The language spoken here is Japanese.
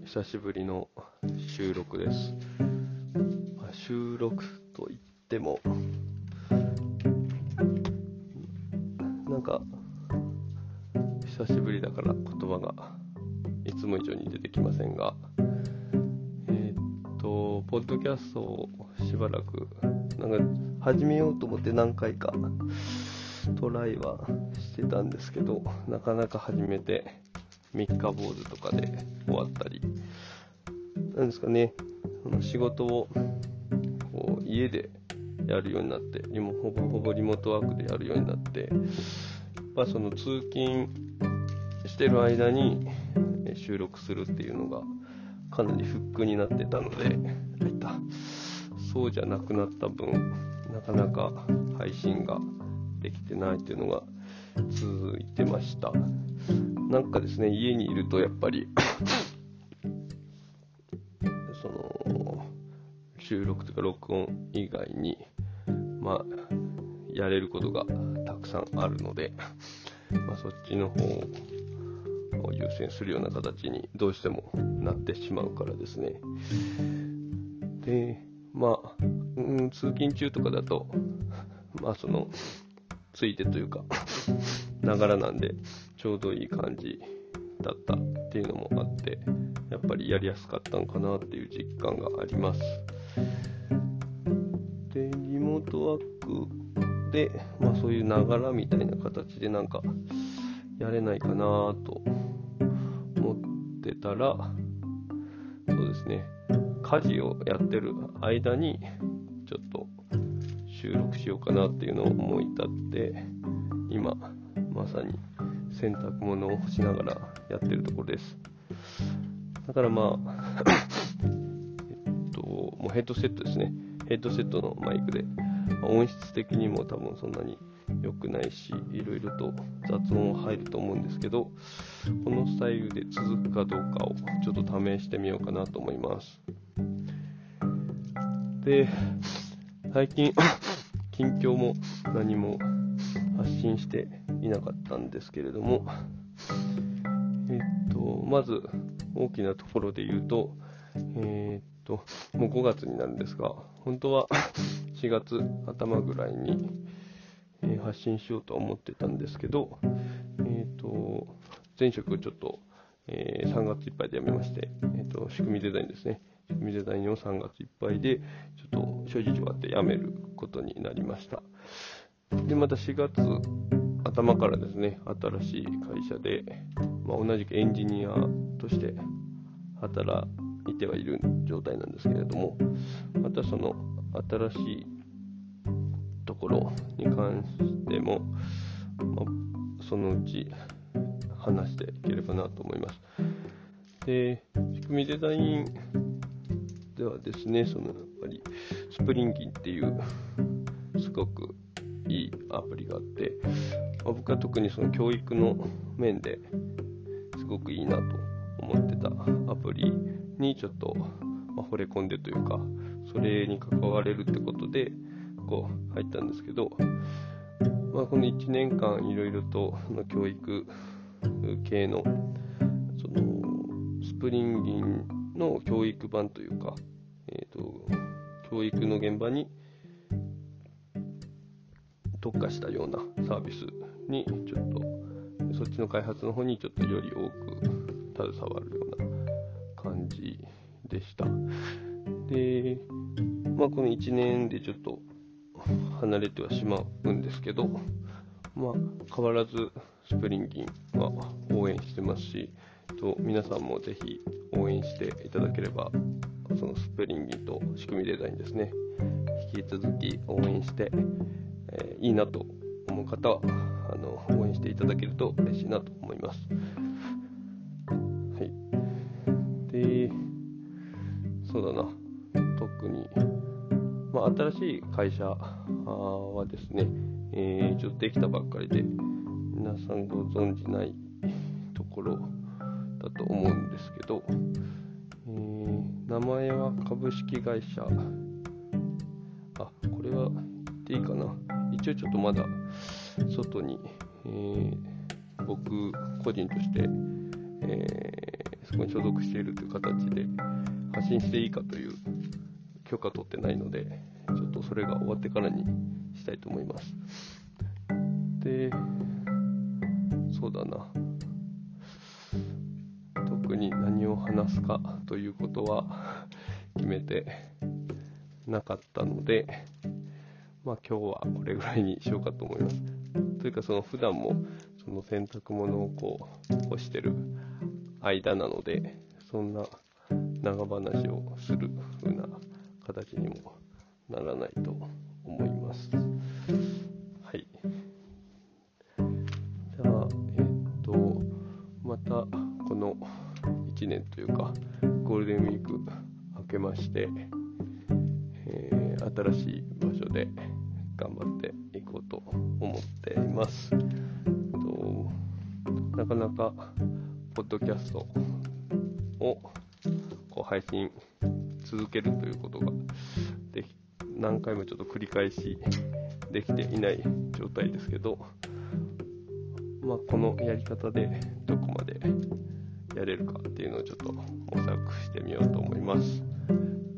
久しぶりの収録です。収録といってもなんか久しぶりだから言葉がいつも以上に出てきませんが、ポッドキャストをしばらく始めようと思って何回かトライはしてたんですけど、なかなか始めて三日坊主とかで終わったり、なんですかね、仕事をこう家でやるようになって、ほぼリモートワークでやるようになって、その通勤してる間に収録するっていうのがかなりフックになってたので、そうじゃなくなった分、なかなか配信ができてないっていうのが続いてました。なんかですね、家にいるとやっぱりその収録とか録音以外にやれることがたくさんあるので、そっちの方を優先するような形にどうしてもなってしまうからですね。で、通勤中とかだとそのついてというかながらなんでちょうどいい感じだったっていうのもあって、やっぱりやりやすかったのかなっていう実感があります。で、リモートワークで、そういうながらみたいな形でなんかやれないかなと思ってたら、そうですね、家事をやってる間にちょっと収録しようかなっていうのを思い立って、今まさに洗濯物をしながらやってるところです。だからもうヘッドセットですね。ヘッドセットのマイクで、音質的にも多分そんなに良くないし、いろいろと雑音は入ると思うんですけど、このスタイルで続くかどうかをちょっと試してみようかなと思います。で、最近近況も何も発信していなかったんですけれども、まず大きなところで言うと、もう5月になるんですが、本当は4月頭ぐらいに、発信しようと思ってたんですけど、前職をちょっと、3月いっぱいで辞めまして、仕組みデザインですね。仕組みデザインを3月いっぱいでちょっと諸事情あって辞めることになりました。で、また4月頭からですね、新しい会社で、同じくエンジニアとして働いてはいる状態なんですけれども、またその新しいところに関しても、そのうち話していければなと思います。で、仕組みデザインではですね、やっぱりスプリンギンっていうすごくいいアプリがあって、僕は特にその教育の面ですごくいいなと思ってたアプリにちょっと惚れ込んでというか、それに関われるってことで入ったんですけど、この1年間いろいろと教育系のそのスプリンギンの教育版というか、教育の現場に特化したようなサービスにちょっとそっちの開発の方にちょっとより多く携わるような感じでした。で、この1年でちょっと離れてはしまうんですけど、変わらずスプリンギンは応援してますし、皆さんもぜひ応援していただければ、そのスプリンギンと仕組みデザインですね、引き続き応援して、いいなと思う方は応援していただけると嬉しいなと思います。はい。で、そうだな、特に新しい会社はですね、ちょっとできたばっかりで皆さんご存じないところだと思うんですけど、名前は株式会社、これは言っていいかな。一応ちょっとまだ外に、僕個人として、 そこに所属しているという形で発信していいかという許可取ってないので、ちょっとそれが終わってからにしたいと思います。で、そうだな、特に何を話すかということは決めてなかったので、今日はこれぐらいにしようかと思います。というか、普段もその洗濯物を干してる間なので、そんな長話をする風な形にもならないと思います。はい。じゃあ、またこの1年というかゴールデンウィーク明けまして、新しい場所で頑張っていこうと思っています。なかなかポッドキャストを配信続けるということが何回もちょっと繰り返しできていない状態ですけど、このやり方でどこまでやれるかっていうのをちょっと模索してみようと思います。